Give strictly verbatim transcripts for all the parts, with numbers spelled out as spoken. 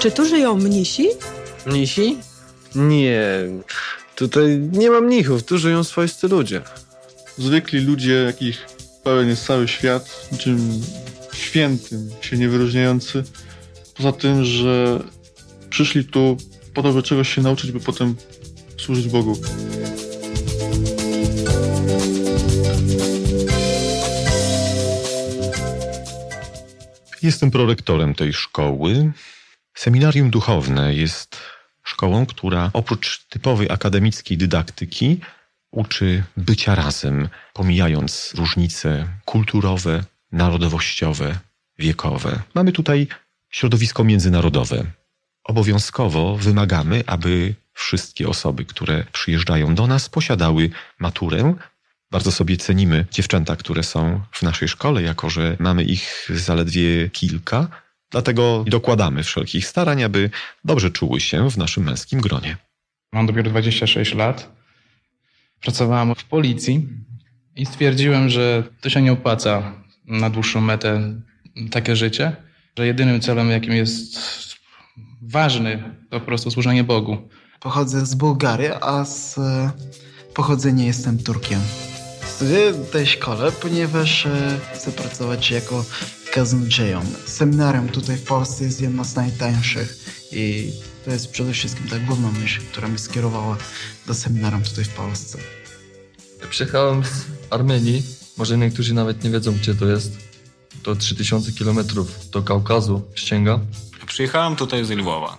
Czy tu żyją mnisi? Mnisi? Nie, tutaj nie ma mnichów, tu żyją swoisty ludzie. Zwykli ludzie, jakich pełen jest cały świat, niczym świętym się nie wyróżniający. Poza tym, że przyszli tu po to, by czegoś się nauczyć, by potem służyć Bogu. Jestem prorektorem tej szkoły. Seminarium Duchowne jest szkołą, która oprócz typowej akademickiej dydaktyki uczy bycia razem, pomijając różnice kulturowe, narodowościowe, wiekowe. Mamy tutaj środowisko międzynarodowe. Obowiązkowo wymagamy, aby wszystkie osoby, które przyjeżdżają do nas, posiadały maturę. Bardzo sobie cenimy dziewczęta, które są w naszej szkole, jako że mamy ich zaledwie kilka. Dlatego dokładamy wszelkich starań, aby dobrze czuły się w naszym męskim gronie. Mam dopiero dwadzieścia sześć lat. Pracowałem w policji i stwierdziłem, że to się nie opłaca na dłuższą metę takie życie, że jedynym celem, jakim jest ważny, to po prostu służenie Bogu. Pochodzę z Bułgarii, a z pochodzenia jestem Turkiem. Studiuję w tej szkole, ponieważ chcę pracować jako kaznodzieją. Seminarium tutaj w Polsce jest jedna z najtańszych i to jest przede wszystkim ta główna myśl, która mnie skierowała do seminarium tutaj w Polsce. Przyjechałem z Armenii, może niektórzy nawet nie wiedzą, gdzie to jest. To trzy tysiące kilometrów do Kaukazu sięga. Przyjechałem tutaj z Lwowa.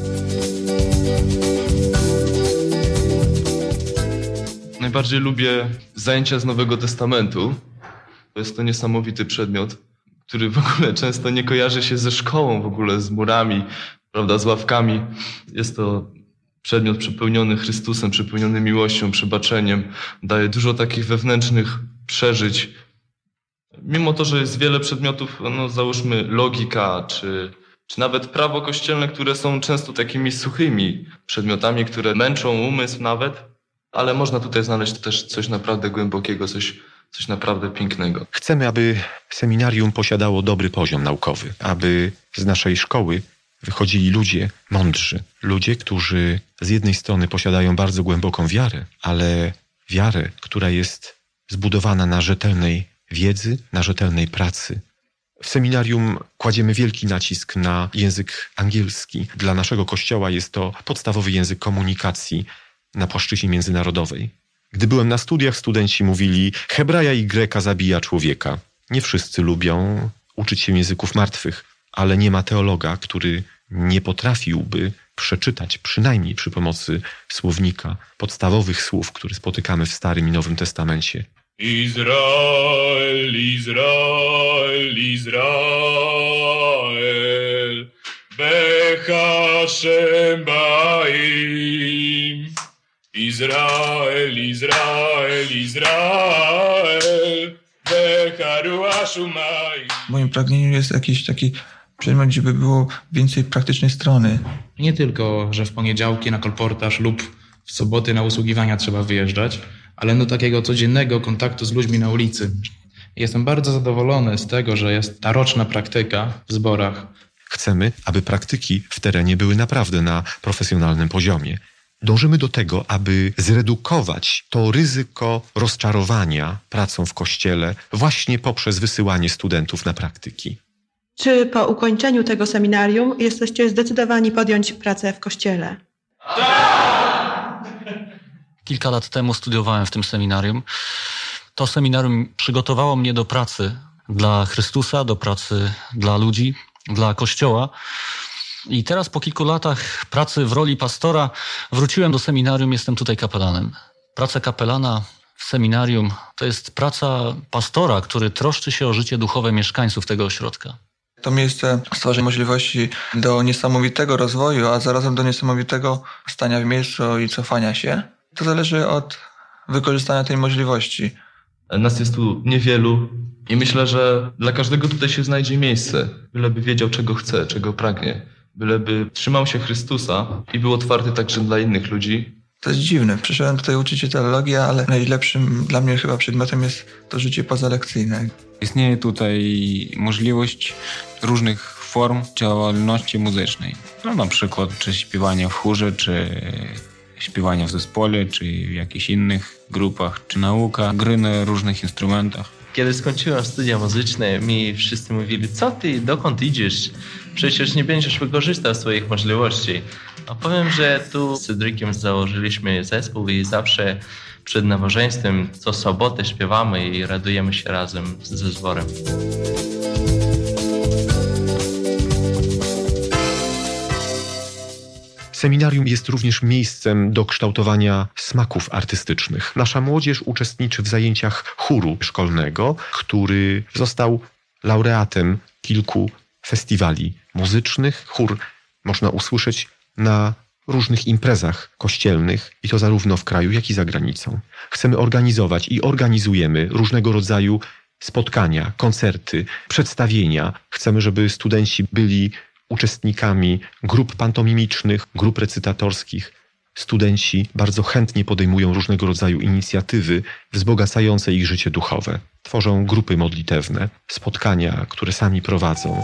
Najbardziej lubię zajęcia z Nowego Testamentu. To jest to niesamowity przedmiot, który w ogóle często nie kojarzy się ze szkołą, w ogóle z murami, prawda, z ławkami. Jest to przedmiot przepełniony Chrystusem, przepełniony miłością, przebaczeniem. Daje dużo takich wewnętrznych przeżyć. Mimo to, że jest wiele przedmiotów, no załóżmy logika, czy, czy nawet prawo kościelne, które są często takimi suchymi przedmiotami, które męczą umysł nawet, ale można tutaj znaleźć też coś naprawdę głębokiego, coś, coś naprawdę pięknego. Chcemy, aby seminarium posiadało dobry poziom naukowy, aby z naszej szkoły wychodzili ludzie mądrzy, ludzie, którzy z jednej strony posiadają bardzo głęboką wiarę, ale wiarę, która jest zbudowana na rzetelnej wiedzy, na rzetelnej pracy. W seminarium kładziemy wielki nacisk na język angielski. Dla naszego Kościoła jest to podstawowy język komunikacji na płaszczyźnie międzynarodowej. Gdy byłem na studiach, studenci mówili: Hebraja i Greka zabija człowieka. Nie wszyscy lubią uczyć się języków martwych, ale nie ma teologa, który nie potrafiłby przeczytać, przynajmniej przy pomocy słownika, podstawowych słów, które spotykamy w Starym i Nowym Testamencie. Izrael, Izrael, Izrael, Bechashem Baim. Izrael, Izrael, Izrael, Becharuashu Maim. Moim pragnieniem jest jakiś taki przedmiot, gdzie by było więcej praktycznej strony. Nie tylko, że w poniedziałki na kolportaż lub w soboty na usługiwania trzeba wyjeżdżać, ale do takiego codziennego kontaktu z ludźmi na ulicy. Jestem bardzo zadowolony z tego, że jest ta roczna praktyka w zborach. Chcemy, aby praktyki w terenie były naprawdę na profesjonalnym poziomie. Dążymy do tego, aby zredukować to ryzyko rozczarowania pracą w kościele właśnie poprzez wysyłanie studentów na praktyki. Czy po ukończeniu tego seminarium jesteście zdecydowani podjąć pracę w kościele? Kilka lat temu studiowałem w tym seminarium. To seminarium przygotowało mnie do pracy dla Chrystusa, do pracy dla ludzi, dla Kościoła. I teraz po kilku latach pracy w roli pastora wróciłem do seminarium, jestem tutaj kapelanem. Praca kapelana w seminarium to jest praca pastora, który troszczy się o życie duchowe mieszkańców tego ośrodka. To miejsce stworzy możliwości do niesamowitego rozwoju, a zarazem do niesamowitego stania w miejscu i cofania się. To zależy od wykorzystania tej możliwości. Nas jest tu niewielu i myślę, że dla każdego tutaj się znajdzie miejsce, byleby wiedział, czego chce, czego pragnie, byleby trzymał się Chrystusa i był otwarty także dla innych ludzi. To jest dziwne. Przyszedłem tutaj uczyć się teologii, ale najlepszym dla mnie chyba przedmiotem jest to życie pozalekcyjne. Istnieje tutaj możliwość różnych form działalności muzycznej. No na przykład czy śpiewanie w chórze, czy śpiewanie w zespole, czy w jakichś innych grupach, czy nauka gry na różnych instrumentach. Kiedy skończyłem studia muzyczne, mi wszyscy mówili, co ty, dokąd idziesz? Przecież nie będziesz wykorzystał swoich możliwości. A powiem, że tu z Cedrykiem założyliśmy zespół i zawsze przed nabożeństwem co sobotę śpiewamy i radujemy się razem ze zborem. Seminarium jest również miejscem do kształtowania smaków artystycznych. Nasza młodzież uczestniczy w zajęciach chóru szkolnego, który został laureatem kilku festiwali muzycznych. Chór można usłyszeć na różnych imprezach kościelnych i to zarówno w kraju, jak i za granicą. Chcemy organizować i organizujemy różnego rodzaju spotkania, koncerty, przedstawienia. Chcemy, żeby studenci byli uczestnikami grup pantomimicznych, grup recytatorskich. Studenci bardzo chętnie podejmują różnego rodzaju inicjatywy wzbogacające ich życie duchowe. Tworzą grupy modlitewne, spotkania, które sami prowadzą.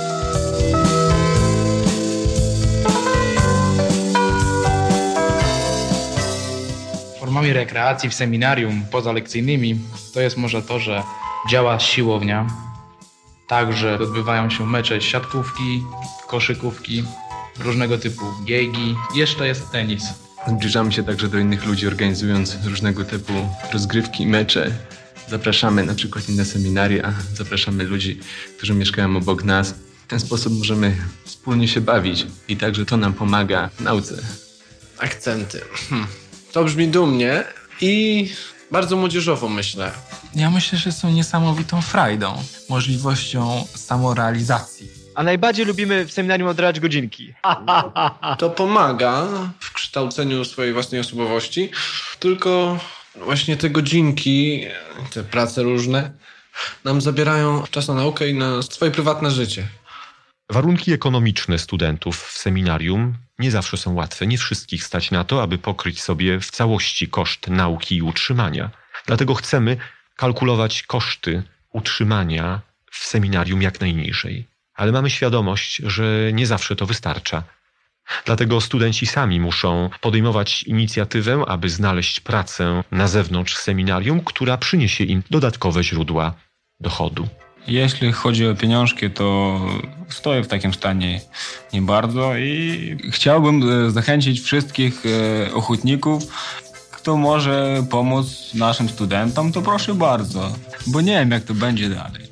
Formami rekreacji w seminarium pozalekcyjnymi to jest może to, że działa siłownia. Także odbywają się mecze siatkówki, koszykówki, różnego typu biegi. Jeszcze jest tenis. Zbliżamy się także do innych ludzi, organizując różnego typu rozgrywki i mecze. Zapraszamy na przykład inne seminaria, zapraszamy ludzi, którzy mieszkają obok nas. W ten sposób możemy wspólnie się bawić i także to nam pomaga w nauce. Akcenty. Hm. To brzmi dumnie i bardzo młodzieżowo, myślę. Ja myślę, że są niesamowitą frajdą, możliwością samorealizacji. A najbardziej lubimy w seminarium odradzać godzinki. To pomaga w kształceniu swojej własnej osobowości, tylko właśnie te godzinki, te prace różne nam zabierają czas na naukę i na swoje prywatne życie. Warunki ekonomiczne studentów w seminarium nie zawsze są łatwe. Nie wszystkich stać na to, aby pokryć sobie w całości koszt nauki i utrzymania. Dlatego chcemy kalkulować koszty utrzymania w seminarium jak najniżej. Ale mamy świadomość, że nie zawsze to wystarcza. Dlatego studenci sami muszą podejmować inicjatywę, aby znaleźć pracę na zewnątrz seminarium, która przyniesie im dodatkowe źródła dochodu. Jeśli chodzi o pieniążki, to stoję w takim stanie nie bardzo i chciałbym zachęcić wszystkich ochotników, kto może pomóc naszym studentom, to proszę bardzo, bo nie wiem, jak to będzie dalej.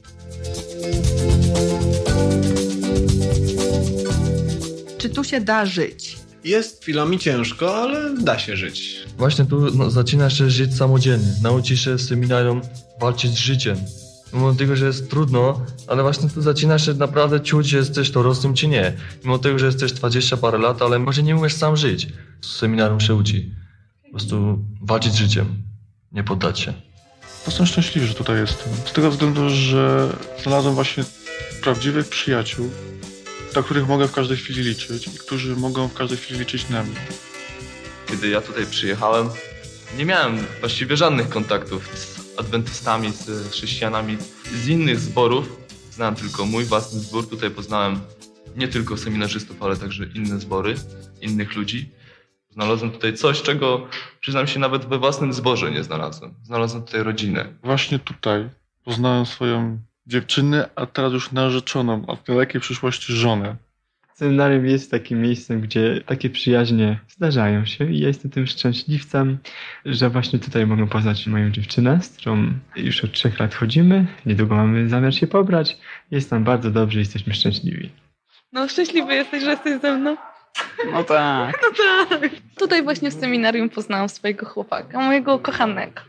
Czy tu się da żyć? Jest chwilami ciężko, ale da się żyć. Właśnie tu no, zaczyna się żyć samodzielnie. Nauczy się w seminarium walczyć z życiem. Mimo tego, że jest trudno, ale właśnie tu zaczyna się naprawdę czuć, że jesteś dorosłym czy nie. Mimo tego, że jesteś dwadzieścia parę lat, ale może nie umiesz sam żyć. W seminarium się uczy. Po prostu walczyć z życiem. Nie poddać się. Jestem szczęśliwy, że tutaj jestem. Z tego względu, że znalazłem właśnie prawdziwych przyjaciół, na których mogę w każdej chwili liczyć i którzy mogą w każdej chwili liczyć na mnie. Kiedy ja tutaj przyjechałem, nie miałem właściwie żadnych kontaktów z adwentystami, z chrześcijanami z innych zborów. Znałem tylko mój własny zbór. Tutaj poznałem nie tylko seminarzystów, ale także inne zbory, innych ludzi. Znalazłem tutaj coś, czego przyznam się nawet we własnym zborze nie znalazłem. Znalazłem tutaj rodzinę. Właśnie tutaj poznałem swoją dziewczynę, a teraz już narzeczoną, a w dalekiej przyszłości żonę. Seminarium jest takim miejscem, gdzie takie przyjaźnie zdarzają się i ja jestem tym szczęśliwcem, że właśnie tutaj mogę poznać moją dziewczynę, z którą już od trzech lat chodzimy. Niedługo mamy zamiar się pobrać. Jest nam bardzo dobrze, jesteśmy szczęśliwi. No szczęśliwy jesteś, że jesteś ze mną? No tak. No tak. Tutaj właśnie w seminarium poznałam swojego chłopaka, mojego kochanego.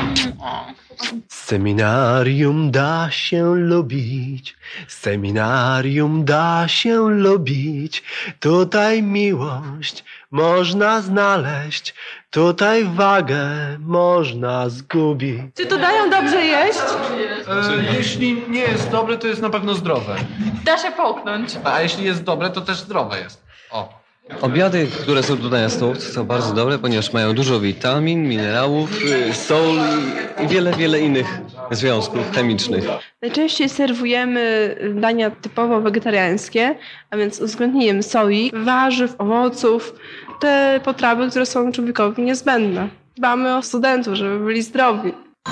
Seminarium da się lubić, seminarium da się lubić. Tutaj miłość można znaleźć, tutaj wagę można zgubić. Czy tu dają dobrze jeść? E, jeśli nie jest dobre, to jest na pewno zdrowe. Da się połknąć. A jeśli jest dobre, to też zdrowe jest. O. Obiady, które są tutaj na stołówce, są bardzo dobre, ponieważ mają dużo witamin, minerałów, sól i wiele, wiele innych związków chemicznych. Najczęściej serwujemy dania typowo wegetariańskie, a więc uwzględnieniem soi, warzyw, owoców, te potrawy, które są człowiekowi niezbędne. Dbamy o studentów, żeby byli zdrowi.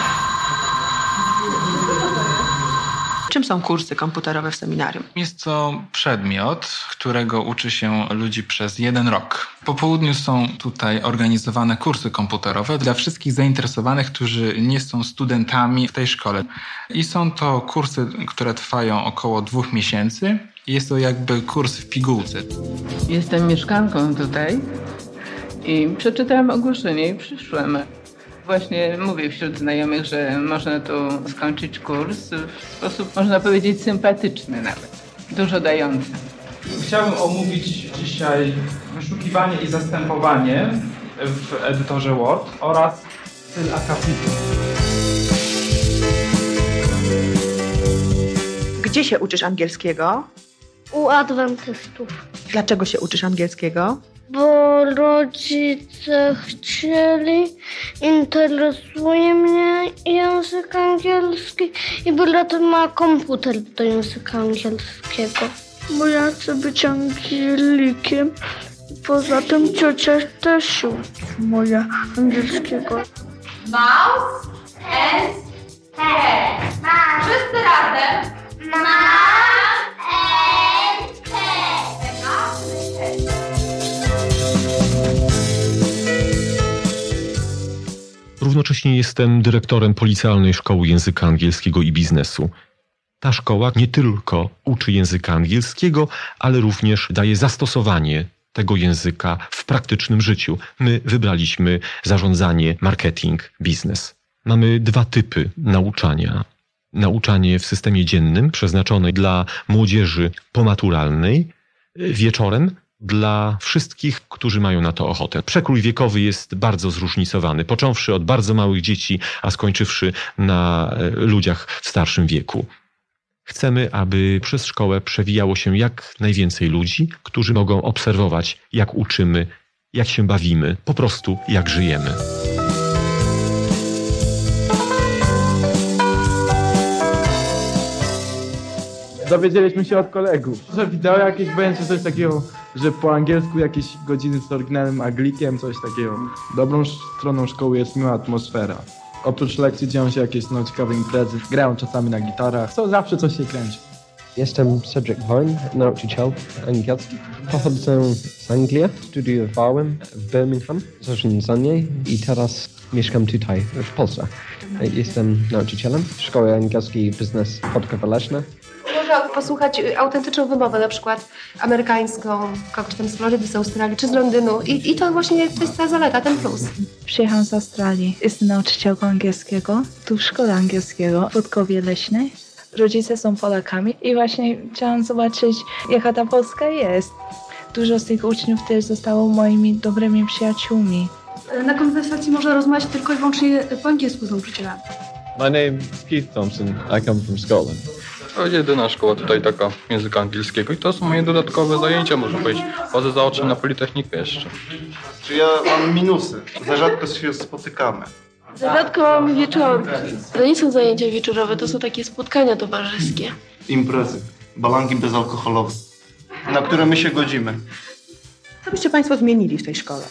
Czym są kursy komputerowe w seminarium? Jest to przedmiot, którego uczy się ludzi przez jeden rok. Po południu są tutaj organizowane kursy komputerowe dla wszystkich zainteresowanych, którzy nie są studentami w tej szkole. I są to kursy, które trwają około dwóch miesięcy. Jest to jakby kurs w pigułce. Jestem mieszkanką tutaj i przeczytałam ogłoszenie i przyszłam. Właśnie mówię wśród znajomych, że można tu skończyć kurs w sposób, można powiedzieć, sympatyczny nawet, dużo dający. Chciałbym omówić dzisiaj wyszukiwanie i zastępowanie w edytorze Word oraz styl akapitu. Gdzie się uczysz angielskiego? U adwentystów. Dlaczego się uczysz angielskiego? Bo rodzice chcieli, interesuje mnie język angielski i brat ma komputer do języka angielskiego. Bo ja chcę być Anglikiem. Poza tym ciocia też się uczy moja angielskiego. Mouse and pen. Wszyscy razem. Mouse and pen. Równocześnie jestem dyrektorem Policjalnej Szkoły Języka Angielskiego i Biznesu. Ta szkoła nie tylko uczy języka angielskiego, ale również daje zastosowanie tego języka w praktycznym życiu. My wybraliśmy zarządzanie, marketing, biznes. Mamy dwa typy nauczania. Nauczanie w systemie dziennym, przeznaczone dla młodzieży pomaturalnej, wieczorem dla wszystkich, którzy mają na to ochotę. Przekrój wiekowy jest bardzo zróżnicowany, począwszy od bardzo małych dzieci, a skończywszy na ludziach w starszym wieku. Chcemy, aby przez szkołę przewijało się jak najwięcej ludzi, którzy mogą obserwować, jak uczymy, jak się bawimy, po prostu jak żyjemy. Dowiedzieliśmy się od kolegów, że wideo jakieś będzie, coś takiego, że po angielsku jakieś godziny z oryginalnym Anglikiem, coś takiego. Dobrą stroną szkoły jest miła atmosfera. Oprócz lekcji dzieją się jakieś no, ciekawe imprezy, grają czasami na gitarach, co zawsze coś się kręci. Jestem Cedric Vine, nauczyciel angielski. Pochodzę z Anglii, studiowałem w Birmingham, zarządzanie i teraz mieszkam tutaj w Polsce. Jestem nauczycielem Szkoły Angielskiej Biznes Podkowa Leśna. Można posłuchać autentyczną wymowę, na przykład amerykańską, kogoś tam z Florydy, z Australii czy z Londynu i, i to właśnie to jest ta zaleta, ten plus. Przyjechałam z Australii. Jestem nauczycielką angielskiego, tu w szkole angielskiego w Podkowie Leśnej. Rodzice są Polakami i właśnie chciałam zobaczyć, jaka ta Polska jest. Dużo z tych uczniów też zostało moimi dobrymi przyjaciółmi. Na konwersacji można rozmawiać tylko i wyłącznie po angielsku z nauczycielami. My name is Keith Thompson. I come from Scotland. To jedyna szkoła tutaj taka języka angielskiego i to są moje dodatkowe zajęcia, można powiedzieć. Chodzę zaocznie na Politechnikę jeszcze. Czy ja mam minusy? Za rzadko się spotykamy. Za rzadko mamy wieczorki. To nie są zajęcia wieczorowe, to są takie spotkania towarzyskie. Imprezy, balanki bezalkoholowe, na które my się godzimy. Co byście Państwo zmienili w tej szkole?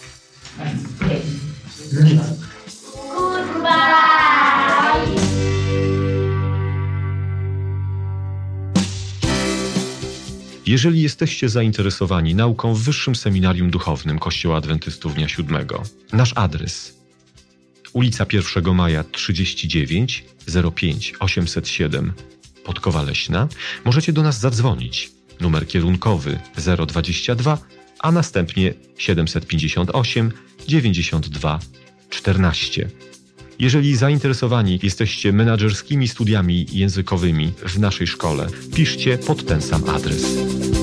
Jeżeli jesteście zainteresowani nauką w Wyższym Seminarium Duchownym Kościoła Adwentystów Dnia Siódmego, nasz adres: ulica pierwszego Maja trzydzieści dziewięć, zero pięć, osiemset siedem, Podkowa Leśna. Możecie do nas zadzwonić. Numer kierunkowy zero dwadzieścia dwa, a następnie siedemset pięćdziesiąt osiem, dziewięćdziesiąt dwa, czternaście. Jeżeli zainteresowani jesteście menadżerskimi studiami językowymi w naszej szkole, piszcie pod ten sam adres.